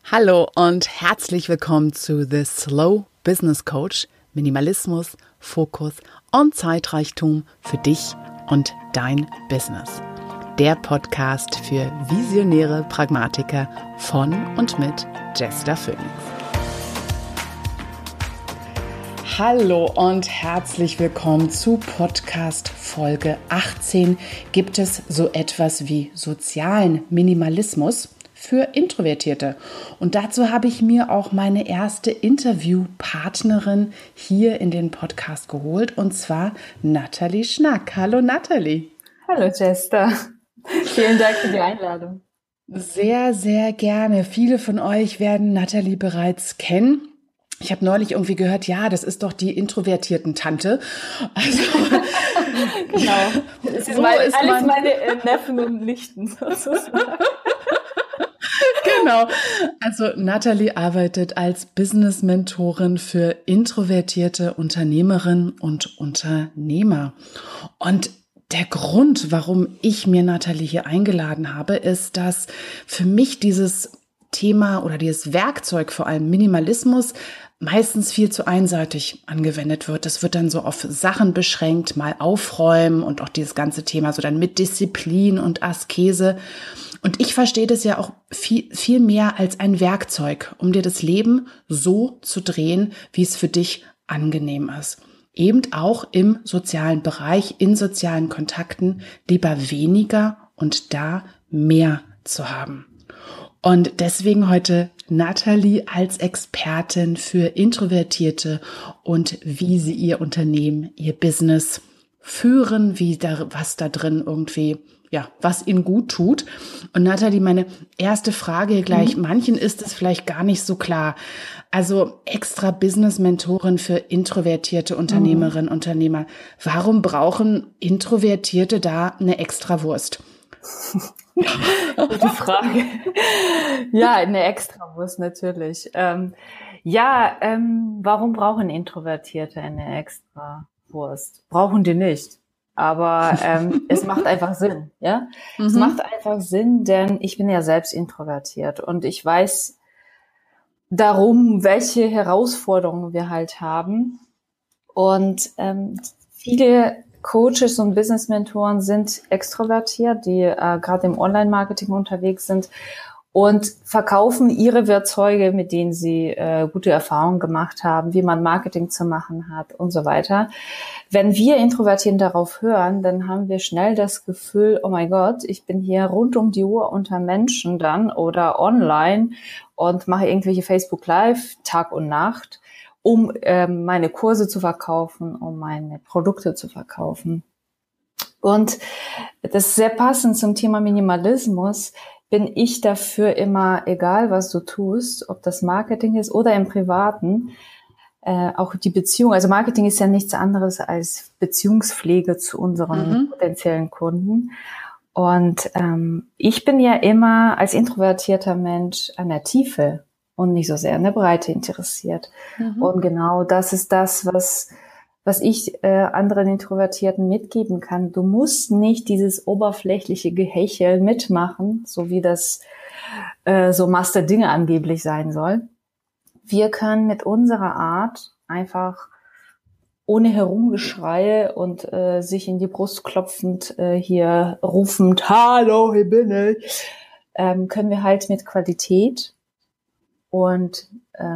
Hallo und herzlich willkommen zu The Slow Business Coach. Minimalismus, Fokus und Zeitreichtum für dich und dein Business. Der Podcast für visionäre Pragmatiker von und mit Jester Phoenix. Hallo und herzlich willkommen zu Podcast Folge 18. Gibt es so etwas wie sozialen Minimalismus für Introvertierte? Und dazu habe ich mir auch meine erste Interviewpartnerin hier in den Podcast geholt, und zwar Nathalie Schnack. Hallo Nathalie. Hallo Jester. Vielen Dank für die Einladung. Sehr, sehr gerne. Viele von euch werden Nathalie bereits kennen. Ich habe neulich irgendwie gehört, ja, das ist doch die introvertierten Tante. Also, genau. Das ist alles meine Neffen und Nichten sozusagen. Genau. Also Nathalie arbeitet als Business-Mentorin für introvertierte Unternehmerinnen und Unternehmer. Und der Grund, warum ich mir Nathalie hier eingeladen habe, ist, dass für mich dieses Thema oder dieses Werkzeug, vor allem Minimalismus, meistens viel zu einseitig angewendet wird. Das wird dann so auf Sachen beschränkt, mal aufräumen und auch dieses ganze Thema so dann mit Disziplin und Askese. Und ich verstehe das ja auch viel mehr als ein Werkzeug, um dir das Leben so zu drehen, wie es für dich angenehm ist. Eben auch im sozialen Bereich, in sozialen Kontakten lieber weniger und da mehr zu haben. Und deswegen heute Nathalie als Expertin für Introvertierte und wie sie ihr Unternehmen, ihr Business führen, was da drin irgendwie, ja, was ihnen gut tut. Und Nathalie, meine erste Frage gleich, manchen ist es vielleicht gar nicht so klar. Also extra Business-Mentorin für introvertierte Unternehmerinnen, Unternehmer. Warum brauchen Introvertierte da eine Extrawurst? Gute Frage. Ja, eine Extrawurst natürlich. Warum brauchen Introvertierte eine Extrawurst? Brauchen die nicht. Aber es macht einfach Sinn, ja? Es macht einfach Sinn, denn ich bin ja selbst introvertiert und ich weiß darum, welche Herausforderungen wir halt haben. Und viele Coaches und Business-Mentoren sind extrovertiert, die gerade im Online-Marketing unterwegs sind und verkaufen ihre Werkzeuge, mit denen sie gute Erfahrungen gemacht haben, wie man Marketing zu machen hat und so weiter. Wenn wir Introvertierten darauf hören, dann haben wir schnell das Gefühl, oh mein Gott, ich bin hier rund um die Uhr unter Menschen dann oder online und mache irgendwelche Facebook Live Tag und Nacht, um meine Kurse zu verkaufen, um meine Produkte zu verkaufen. Und das ist sehr passend zum Thema Minimalismus. Bin ich dafür immer, egal was du tust, ob das Marketing ist oder im Privaten, auch die Beziehung. Also Marketing ist ja nichts anderes als Beziehungspflege zu unseren potenziellen Kunden. Und ich bin ja immer als introvertierter Mensch an der Tiefe und nicht so sehr an der Breite interessiert. Und genau das ist das, was ich anderen Introvertierten mitgeben kann. Du musst nicht dieses oberflächliche Gehechel mitmachen, so wie das so Master Dinge angeblich sein soll. Wir können mit unserer Art einfach ohne Herumgeschreie und sich in die Brust klopfend hier rufend, hallo, hier bin ich, können wir halt mit Qualität und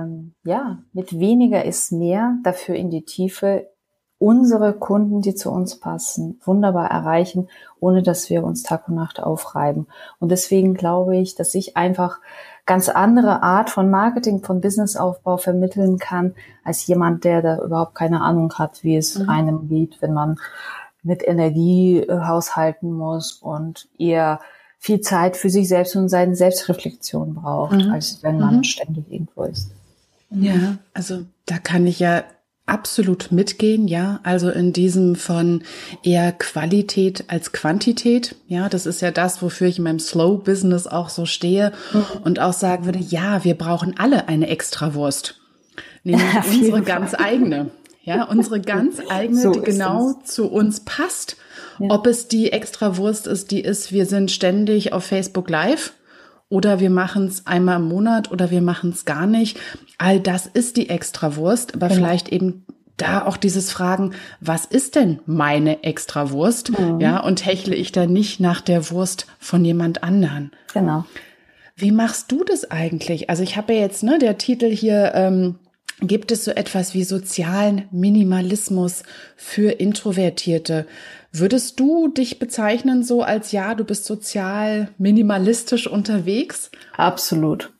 mit weniger ist mehr, dafür in die Tiefe unsere Kunden, die zu uns passen, wunderbar erreichen, ohne dass wir uns Tag und Nacht aufreiben. Und deswegen glaube ich, dass ich einfach ganz andere Art von Marketing, von Businessaufbau vermitteln kann, als jemand, der da überhaupt keine Ahnung hat, wie es einem geht, wenn man mit Energie haushalten muss und eher viel Zeit für sich selbst und seine Selbstreflexion braucht, als wenn man ständig irgendwo ist. Ja, also da kann ich ja absolut mitgehen, ja, also in diesem von eher Qualität als Quantität, ja, das ist ja das, wofür ich in meinem Slow-Business auch so stehe und auch sagen würde, ja, wir brauchen alle eine Extrawurst, nämlich unsere ganz eigene, ja, unsere ganz eigene, so die genau zu uns passt, ob es die Extrawurst ist, wir sind ständig auf Facebook Live oder wir machen es einmal im Monat oder wir machen es gar nicht. All das ist die Extrawurst, aber vielleicht eben da auch dieses Fragen, was ist denn meine Extrawurst? Ja, und hechle ich da nicht nach der Wurst von jemand anderen? Genau. Wie machst du das eigentlich? Also ich habe ja jetzt, der Titel hier, gibt es so etwas wie sozialen Minimalismus für Introvertierte? Würdest du dich bezeichnen so als, ja, du bist sozial minimalistisch unterwegs? Absolut.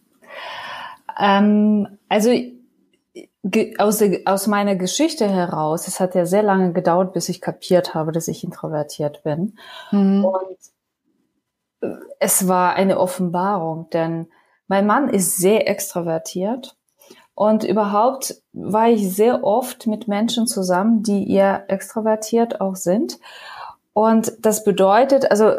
Also aus meiner Geschichte heraus, es hat ja sehr lange gedauert, bis ich kapiert habe, dass ich introvertiert bin. Und es war eine Offenbarung, denn mein Mann ist sehr extrovertiert und überhaupt war ich sehr oft mit Menschen zusammen, die eher extrovertiert auch sind. Und das bedeutet, also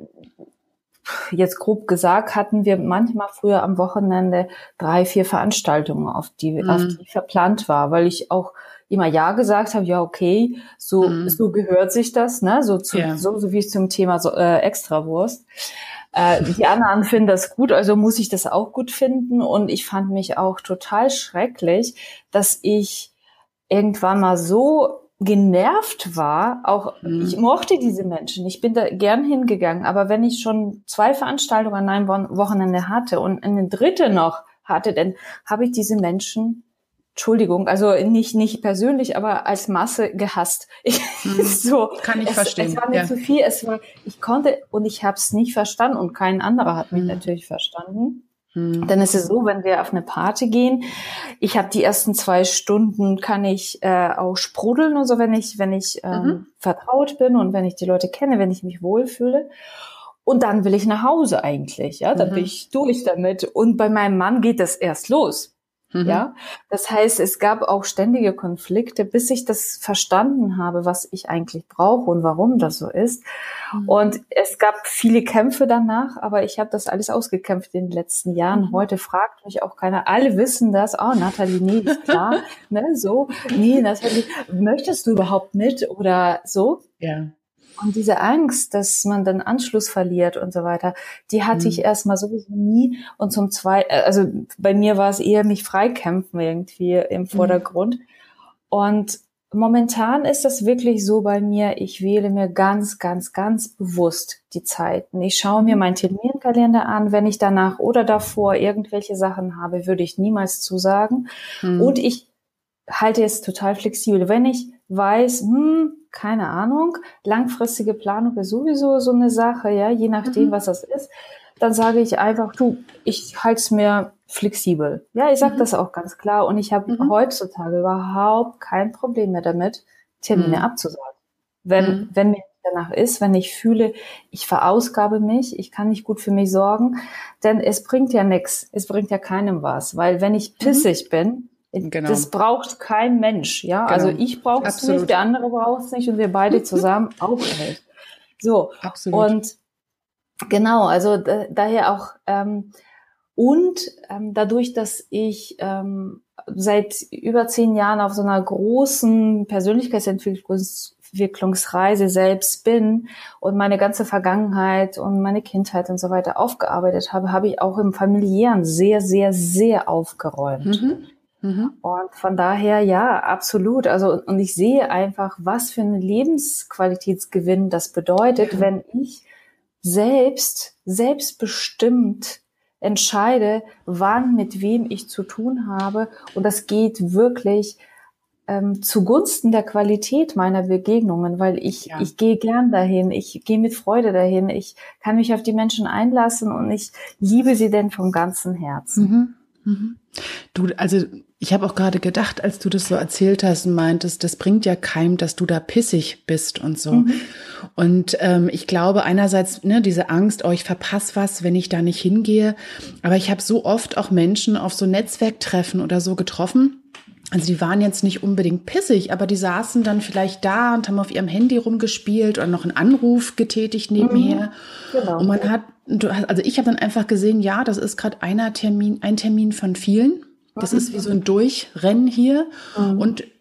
jetzt grob gesagt, hatten wir manchmal früher am Wochenende 3, 4 Veranstaltungen, auf die ich verplant war, weil ich auch immer ja gesagt habe, ja okay, so gehört sich das, ne, so wie es zum Thema Extrawurst. Die anderen finden das gut, also muss ich das auch gut finden. Und ich fand mich auch total schrecklich, dass ich irgendwann mal so genervt war. Auch ich mochte diese Menschen. Ich bin da gern hingegangen. Aber wenn ich schon 2 Veranstaltungen an einem Wochenende hatte und eine dritte noch hatte, dann habe ich diese Menschen, Entschuldigung, also nicht persönlich, aber als Masse gehasst. Kann ich verstehen. Es war mir zu viel. Ich konnte und ich habe es nicht verstanden und kein anderer hat mich natürlich verstanden. Dann ist es so, wenn wir auf eine Party gehen, ich habe die ersten 2 Stunden, kann ich auch sprudeln und so, wenn ich vertraut bin und wenn ich die Leute kenne, wenn ich mich wohlfühle. Und dann will ich nach Hause eigentlich, ja, dann bin ich durch damit. Und bei meinem Mann geht das erst los. Ja, das heißt, es gab auch ständige Konflikte, bis ich das verstanden habe, was ich eigentlich brauche und warum das so ist. Und es gab viele Kämpfe danach, aber ich habe das alles ausgekämpft in den letzten Jahren. Heute fragt mich auch keiner. Alle wissen das. Oh, Nathalie, nee, ist klar. Ne, so. Nee, Nathalie, möchtest du überhaupt mit oder so? Ja. Und diese Angst, dass man dann Anschluss verliert und so weiter, die hatte ich erstmal sowieso nie. Und zum Zweiten, also bei mir war es eher mich freikämpfen irgendwie im Vordergrund. Und momentan ist das wirklich so bei mir, ich wähle mir ganz, ganz, ganz bewusst die Zeiten. Ich schaue mir meinen Terminkalender an. Wenn ich danach oder davor irgendwelche Sachen habe, würde ich niemals zusagen. Und ich halte es total flexibel. Wenn ich weiß, keine Ahnung, langfristige Planung ist sowieso so eine Sache, ja, je nachdem, was das ist, dann sage ich einfach, ich halte es mir flexibel. Ja, ich sage das auch ganz klar und ich habe heutzutage überhaupt kein Problem mehr damit, Termine abzusagen. Wenn mir danach ist, wenn ich fühle, ich verausgabe mich, ich kann nicht gut für mich sorgen, denn es bringt ja nichts, es bringt ja keinem was, weil wenn ich pissig bin, das braucht kein Mensch, ja. Also ich brauche es nicht, der andere braucht es nicht und wir beide zusammen auch nicht. So. Absolut. Und genau, also daher auch dadurch, dass ich seit über 10 Jahren auf so einer großen Persönlichkeitsentwicklungsreise selbst bin und meine ganze Vergangenheit und meine Kindheit und so weiter aufgearbeitet habe, habe ich auch im Familiären sehr, sehr, sehr aufgeräumt. Und von daher, ja, absolut. Also, und ich sehe einfach, was für einen Lebensqualitätsgewinn das bedeutet, wenn ich selbstbestimmt entscheide, wann, mit wem ich zu tun habe. Und das geht wirklich zugunsten der Qualität meiner Begegnungen, weil ich gehe gern dahin, ich gehe mit Freude dahin, ich kann mich auf die Menschen einlassen und ich liebe sie denn vom ganzen Herzen. Du, also ich habe auch gerade gedacht, als du das so erzählt hast und meintest, das bringt ja keinem, dass du da pissig bist und so. Und ich glaube einerseits, diese Angst, ich verpasse was, wenn ich da nicht hingehe. Aber ich habe so oft auch Menschen auf so Netzwerktreffen oder so getroffen. Also die waren jetzt nicht unbedingt pissig, aber die saßen dann vielleicht da und haben auf ihrem Handy rumgespielt oder noch einen Anruf getätigt nebenher. Genau. Und ich habe dann einfach gesehen, ja, das ist gerade ein Termin von vielen. Das ist wie so ein Durchrennen hier. Und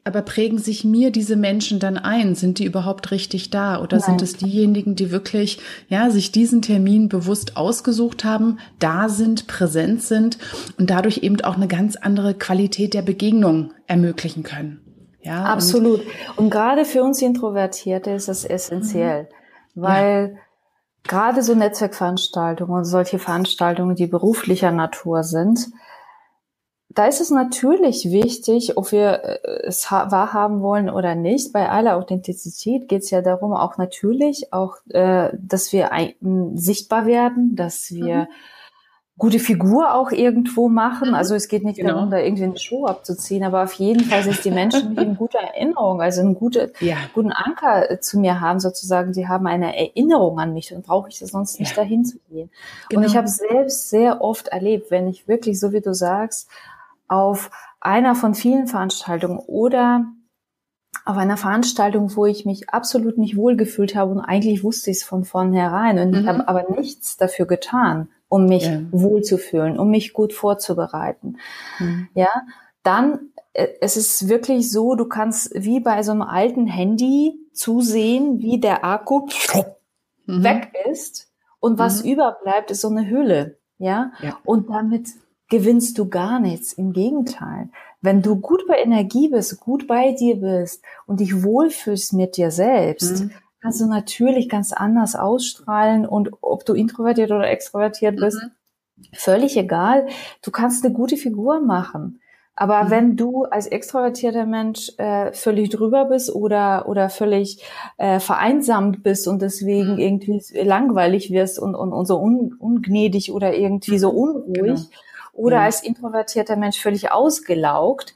Aber prägen sich mir diese Menschen dann ein? Sind die überhaupt richtig da? Oder sind es diejenigen, die wirklich, ja, sich diesen Termin bewusst ausgesucht haben, da sind, präsent sind und dadurch eben auch eine ganz andere Qualität der Begegnung ermöglichen können? Ja, absolut. Und gerade für uns Introvertierte ist das essentiell, weil gerade so Netzwerkveranstaltungen und solche Veranstaltungen, die beruflicher Natur sind, da ist es natürlich wichtig, ob wir es wahrhaben wollen oder nicht. Bei aller Authentizität geht es ja darum, auch natürlich, auch, dass wir sichtbar werden, dass wir gute Figur auch irgendwo machen. Also es geht nicht darum, da irgendwie eine Show abzuziehen, aber auf jeden Fall ist die Menschen mit in guter Erinnerung, also einen guten Anker zu mir haben, sozusagen. Sie haben eine Erinnerung an mich und brauche ich das sonst nicht dahin zu gehen. Und ich habe selbst sehr oft erlebt, wenn ich wirklich, so wie du sagst, auf einer von vielen Veranstaltungen oder auf einer Veranstaltung, wo ich mich absolut nicht wohlgefühlt habe und eigentlich wusste ich es von vornherein und ich habe aber nichts dafür getan, um mich wohlzufühlen, um mich gut vorzubereiten. Ja, dann es ist wirklich so, du kannst wie bei so einem alten Handy zusehen, wie der Akku weg ist und was überbleibt, ist so eine Hülle. Ja, und damit gewinnst du gar nichts. Im Gegenteil. Wenn du gut bei Energie bist, gut bei dir bist und dich wohlfühlst mit dir selbst, kannst du natürlich ganz anders ausstrahlen und ob du introvertiert oder extrovertiert bist, völlig egal. Du kannst eine gute Figur machen. Aber wenn du als extrovertierter Mensch völlig drüber bist oder völlig vereinsamt bist und deswegen irgendwie langweilig wirst und so ungnädig oder irgendwie so unruhig, oder als introvertierter Mensch völlig ausgelaugt,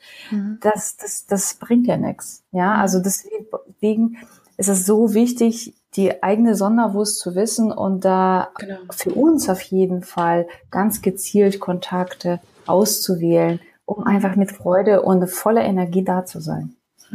das bringt ja nichts. Ja, also deswegen ist es so wichtig, die eigene Sonderwurst zu wissen und da für uns auf jeden Fall ganz gezielt Kontakte auszuwählen, um einfach mit Freude und voller Energie da zu sein.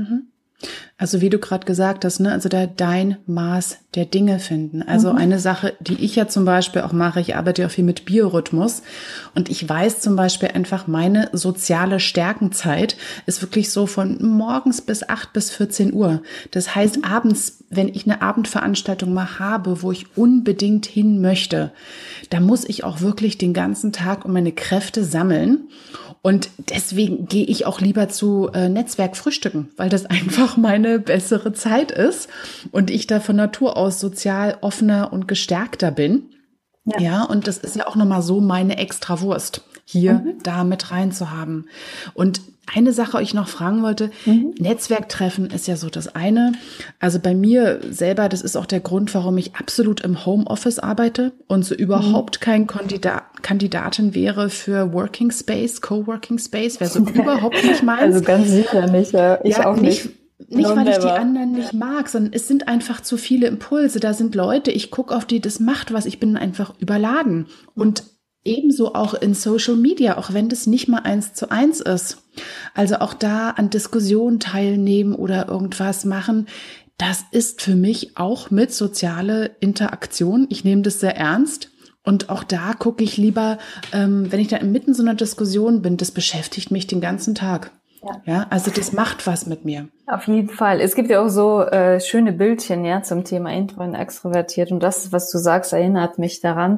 Also wie du gerade gesagt hast, ne, also da dein Maß der Dinge finden. Also eine Sache, die ich ja zum Beispiel auch mache, ich arbeite ja auch viel mit Biorhythmus und ich weiß zum Beispiel einfach, meine soziale Stärkenzeit ist wirklich so von morgens bis 8 bis 14 Uhr. Das heißt, abends, wenn ich eine Abendveranstaltung mal habe, wo ich unbedingt hin möchte, da muss ich auch wirklich den ganzen Tag um meine Kräfte sammeln. Und deswegen gehe ich auch lieber zu Netzwerkfrühstücken, weil das einfach meine bessere Zeit ist und ich da von Natur aus sozial offener und gestärkter bin. Ja, und das ist ja auch nochmal so meine Extrawurst, hier da mit rein zu haben. Und eine Sache, ich noch fragen wollte, Netzwerktreffen ist ja so das eine. Also bei mir selber, das ist auch der Grund, warum ich absolut im Homeoffice arbeite und so überhaupt kein Kandidatin wäre für Working Space, Coworking Space, wäre so überhaupt nicht meins. Also ganz sicher nicht, ich auch nicht. Nicht, weil ich die anderen nicht mag, sondern es sind einfach zu viele Impulse. Da sind Leute, ich gucke auf die, das macht was, ich bin einfach überladen. Und ebenso auch in Social Media, auch wenn das nicht mal 1:1 ist. Also auch da an Diskussionen teilnehmen oder irgendwas machen, das ist für mich auch mit soziale Interaktion. Ich nehme das sehr ernst. Und auch da gucke ich lieber, wenn ich da inmitten so einer Diskussion bin, das beschäftigt mich den ganzen Tag. Ja, also das macht was mit mir. Auf jeden Fall. Es gibt ja auch so schöne Bildchen zum Thema Intro und Extrovertiert. Und das, was du sagst, erinnert mich daran.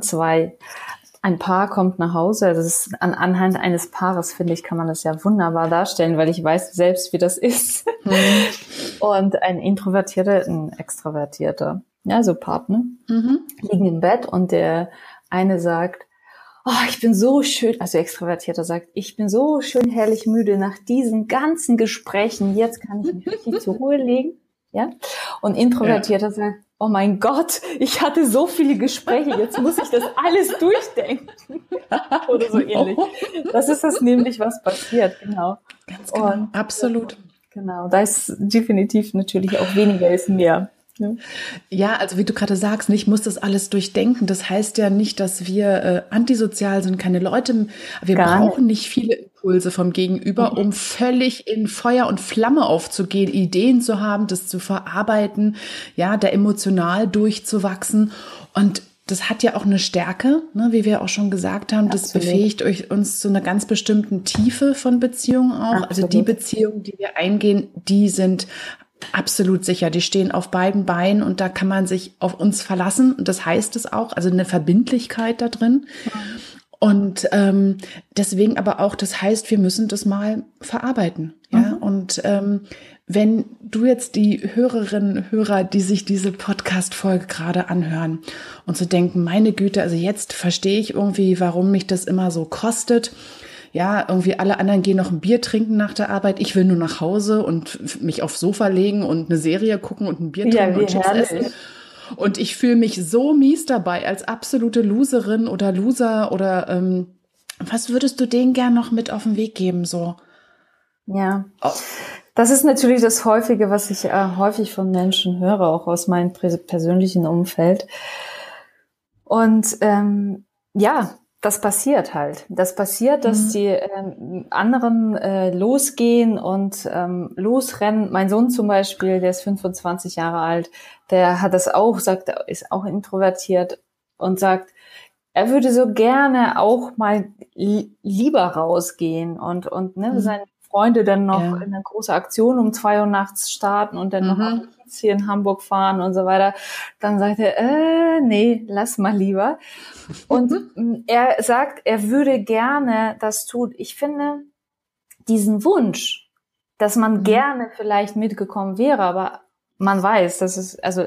Ein Paar kommt nach Hause. Das ist anhand eines Paares, finde ich, kann man das ja wunderbar darstellen, weil ich weiß selbst, wie das ist. Und ein Introvertierter, ein Extrovertierter, ja, so Partner, liegen im Bett und der eine sagt, ich bin so schön, also Extrovertierter sagt, ich bin so schön herrlich müde nach diesen ganzen Gesprächen, jetzt kann ich mich richtig zur Ruhe legen, ja. Und Introvertierter sagt, oh mein Gott, ich hatte so viele Gespräche, jetzt muss ich das alles durchdenken. Oder so ähnlich. Das ist das nämlich, was passiert, genau. Ganz genau, und, absolut. Genau, da ist definitiv natürlich auch weniger ist mehr. Ja, also wie du gerade sagst, ich muss das alles durchdenken. Das heißt ja nicht, dass wir antisozial sind, keine Leute. Wir brauchen nicht viele Impulse vom Gegenüber, um völlig in Feuer und Flamme aufzugehen, Ideen zu haben, das zu verarbeiten, ja, da emotional durchzuwachsen. Und das hat ja auch eine Stärke, ne, wie wir auch schon gesagt haben. Das Absolut. befähigt uns zu einer ganz bestimmten Tiefe von Beziehungen auch. Absolut. Also die Beziehungen, die wir eingehen, die sind absolut sicher. Die stehen auf beiden Beinen und da kann man sich auf uns verlassen. Und das heißt es auch, also eine Verbindlichkeit da drin. Und deswegen aber auch, das heißt, wir müssen das mal verarbeiten. Ja? Und wenn du jetzt die Hörerinnen und Hörer, die sich diese Podcast-Folge gerade anhören und so denken, meine Güte, also jetzt verstehe ich irgendwie, warum mich das immer so kostet. Ja, irgendwie alle anderen gehen noch ein Bier trinken nach der Arbeit. Ich will nur nach Hause und mich aufs Sofa legen und eine Serie gucken und ein Bier trinken und Chips essen. Und ich fühle mich so mies dabei als absolute Loserin oder Loser oder was würdest du denen gern noch mit auf den Weg geben? So? Ja, das ist natürlich das Häufige, was ich häufig von Menschen höre, auch aus meinem persönlichen Umfeld. Und ja, das passiert halt. Das passiert, dass die anderen losgehen und losrennen. Mein Sohn zum Beispiel, der ist 25 Jahre alt, der hat das auch, sagt, er ist auch introvertiert und sagt, er würde so gerne auch mal lieber rausgehen und seine Freunde dann noch in eine große Aktion um 2 Uhr nachts starten und dann noch auf den Kiez hier in Hamburg fahren und so weiter. Dann sagt er, nee, lass mal lieber. Und er sagt, er würde gerne das tun. Ich finde diesen Wunsch, dass man gerne vielleicht mitgekommen wäre, aber man weiß, dass es, also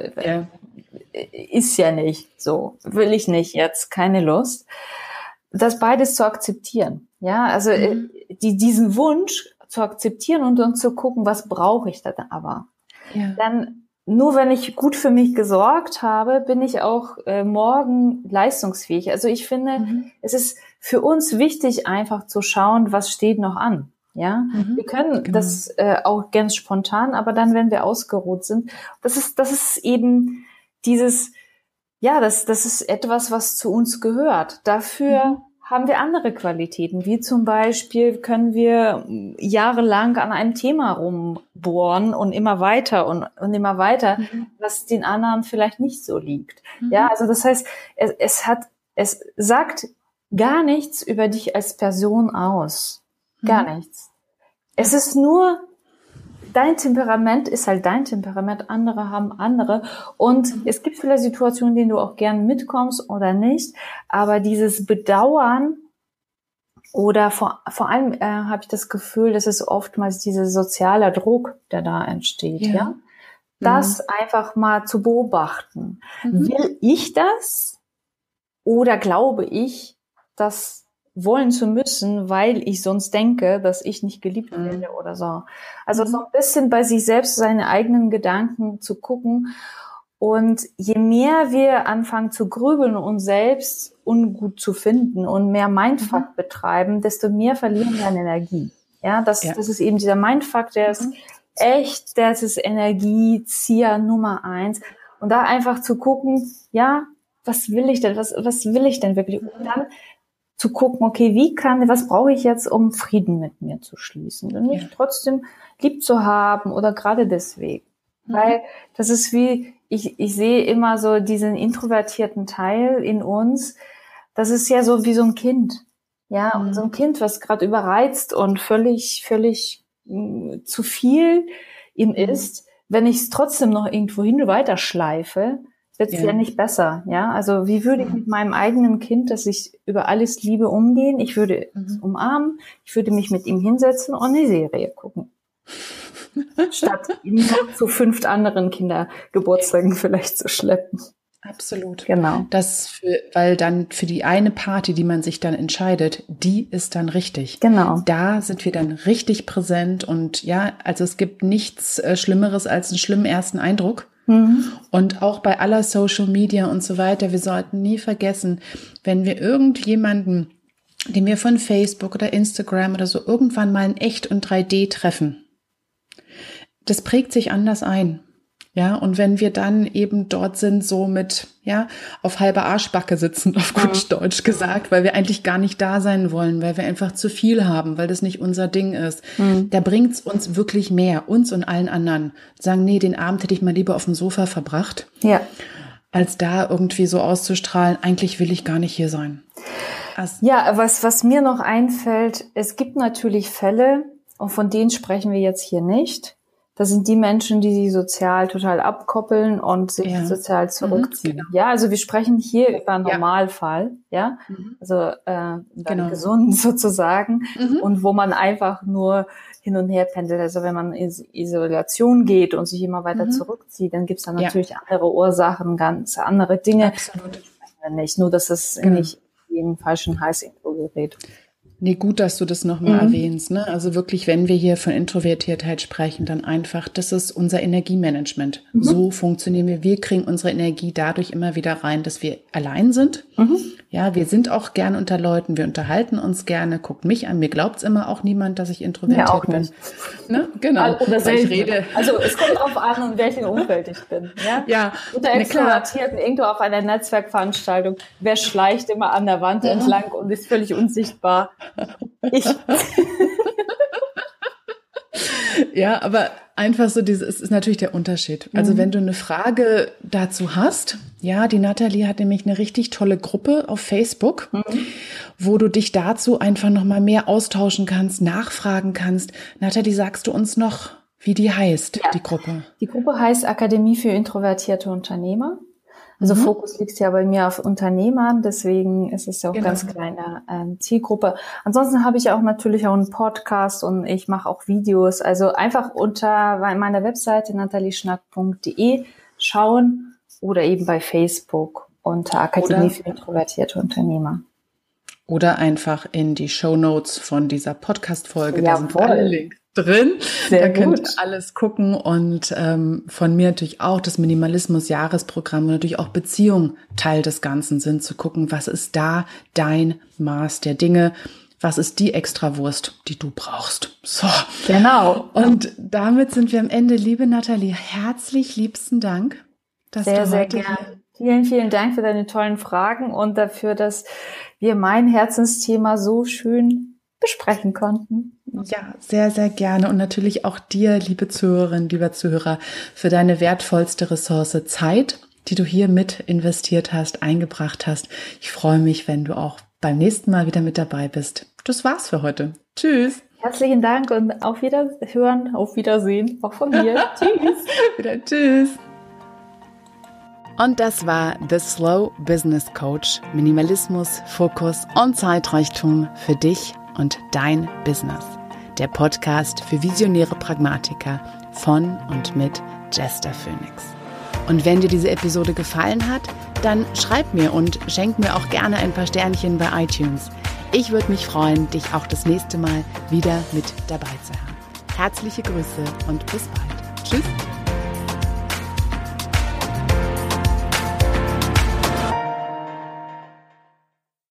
ist ja nicht so, will ich nicht jetzt, keine Lust, das beides zu akzeptieren. Ja, also diesen Wunsch zu akzeptieren und dann zu gucken, was brauche ich da aber. Ja. Dann nur wenn ich gut für mich gesorgt habe, bin ich auch morgen leistungsfähig. Also ich finde, es ist für uns wichtig, einfach zu schauen, was steht noch an. Ja, wir können das auch ganz spontan, aber dann, wenn wir ausgeruht sind, das ist eben dieses, ja, das ist etwas, was zu uns gehört. Dafür haben wir andere Qualitäten, wie zum Beispiel können wir jahrelang an einem Thema rumbohren und immer weiter und immer weiter, was den anderen vielleicht nicht so liegt. Ja, also das heißt, es sagt gar nichts über dich als Person aus. Gar nichts. Es ist nur, dein Temperament ist halt dein Temperament, andere haben andere. Und es gibt vielleicht Situationen, in denen du auch gern mitkommst oder nicht. Aber dieses Bedauern oder vor allem habe ich das Gefühl, dass es oftmals dieser soziale Druck, der da entsteht, ja. Das einfach mal zu beobachten. Will ich das? Oder glaube ich, das wollen zu müssen, weil ich sonst denke, dass ich nicht geliebt werde oder so. Also so ein bisschen bei sich selbst seine eigenen Gedanken zu gucken. Und je mehr wir anfangen zu grübeln und uns selbst ungut zu finden und mehr Mindfuck betreiben, desto mehr verlieren wir an Energie. Ja, das ist eben dieser Mindfuck, der ist echt, das ist Energiezieher Nummer 1. Und da einfach zu gucken, ja, was will ich denn? Was will ich denn wirklich? Und dann zu gucken, okay, was brauche ich jetzt, um Frieden mit mir zu schließen und mich trotzdem lieb zu haben oder gerade deswegen. Weil das ist wie, ich sehe immer so diesen introvertierten Teil in uns, das ist ja so wie so ein Kind. Ja, und so ein Kind, was gerade überreizt und völlig zu viel ihm ist, wenn ich es trotzdem noch irgendwo hin weiterschleife, wird es ja nicht besser, ja. Also wie würde ich mit meinem eigenen Kind, das ich über alles liebe, umgehen? Ich würde es umarmen, ich würde mich mit ihm hinsetzen und eine Serie gucken. Statt ihn noch zu 5 anderen Kindergeburtstagen vielleicht zu schleppen. Absolut. Genau. Weil dann für die eine Party, die man sich dann entscheidet, die ist dann richtig. Genau. Da sind wir dann richtig präsent und ja, also es gibt nichts Schlimmeres als einen schlimmen ersten Eindruck. Und auch bei aller Social Media und so weiter, wir sollten nie vergessen, wenn wir irgendjemanden, den wir von Facebook oder Instagram oder so irgendwann mal in echt und 3D treffen, das prägt sich anders ein. Ja, und wenn wir dann eben dort sind, so mit, ja, auf halber Arschbacke sitzen, auf gut Deutsch gesagt, weil wir eigentlich gar nicht da sein wollen, weil wir einfach zu viel haben, weil das nicht unser Ding ist, da bringt's uns wirklich mehr, uns und allen anderen. Sagen, nee, den Abend hätte ich mal lieber auf dem Sofa verbracht. Ja. als da irgendwie so auszustrahlen, eigentlich will ich gar nicht hier sein. Ja, was mir noch einfällt, es gibt natürlich Fälle, und von denen sprechen wir jetzt hier nicht. Das sind die Menschen, die sich sozial total abkoppeln und sich sozial zurückziehen. Genau. Ja, also wir sprechen hier über einen Normalfall, ja, also gesund sozusagen, und wo man einfach nur hin und her pendelt. Also wenn man in Isolation geht und sich immer weiter zurückzieht, dann gibt's dann natürlich andere Ursachen, ganz andere Dinge. Absolut. Nicht nur, dass es nicht in den falschen Hals-Intro gerät. Nee, gut, dass du das nochmal erwähnst, ne? Also wirklich, wenn wir hier von Introvertiertheit sprechen, dann einfach, das ist unser Energiemanagement. So funktionieren wir. Wir kriegen unsere Energie dadurch immer wieder rein, dass wir allein sind. Ja, wir sind auch gern unter Leuten, wir unterhalten uns gerne. Guckt mich an, mir glaubt's immer auch niemand, dass ich introvertiert bin. Ne? Genau. Oder ich rede. Also es kommt drauf an, in welchem Umfeld ich bin. Ja. Unter Extrovertierten irgendwo auf einer Netzwerkveranstaltung, wer schleicht immer an der Wand entlang und ist völlig unsichtbar? Ich. Ja, aber einfach so es ist natürlich der Unterschied. Also wenn du eine Frage dazu hast, ja, die Nathalie hat nämlich eine richtig tolle Gruppe auf Facebook, wo du dich dazu einfach nochmal mehr austauschen kannst, nachfragen kannst. Nathalie, sagst du uns noch, wie die heißt, die Gruppe? Die Gruppe heißt Akademie für introvertierte Unternehmer. Also Fokus liegt ja bei mir auf Unternehmern, deswegen ist es ja auch ganz kleine Zielgruppe. Ansonsten habe ich auch natürlich auch einen Podcast und ich mache auch Videos. Also einfach unter meiner Webseite natalieschnack.de schauen oder eben bei Facebook unter Akademie für introvertierte Unternehmer. Oder einfach in die Shownotes von dieser Podcast-Folge. Da sind alle Links drin. Da könnt ihr alles gucken und von mir natürlich auch das Minimalismus-Jahresprogramm und natürlich auch Beziehung Teil des Ganzen sind, zu gucken, was ist da dein Maß der Dinge, was ist die Extrawurst, die du brauchst. So. Genau. Und damit sind wir am Ende. Liebe Nathalie, herzlich liebsten Dank, dass du heute sehr gerne. Vielen, vielen Dank für deine tollen Fragen und dafür, dass wir mein Herzensthema so schön besprechen konnten. Ja, sehr, sehr gerne. Und natürlich auch dir, liebe Zuhörerin, lieber Zuhörer, für deine wertvollste Ressource Zeit, die du hier mit investiert hast, eingebracht hast. Ich freue mich, wenn du auch beim nächsten Mal wieder mit dabei bist. Das war's für heute. Tschüss. Herzlichen Dank und auf Wiederhören, auf Wiedersehen, auch von mir. Tschüss. Wieder tschüss. Und das war The Slow Business Coach. Minimalismus, Fokus und Zeitreichtum für dich und dein Business. Der Podcast für visionäre Pragmatiker von und mit Jester Phoenix. Und wenn dir diese Episode gefallen hat, dann schreib mir und schenk mir auch gerne ein paar Sternchen bei iTunes. Ich würde mich freuen, dich auch das nächste Mal wieder mit dabei zu haben. Herzliche Grüße und bis bald. Tschüss.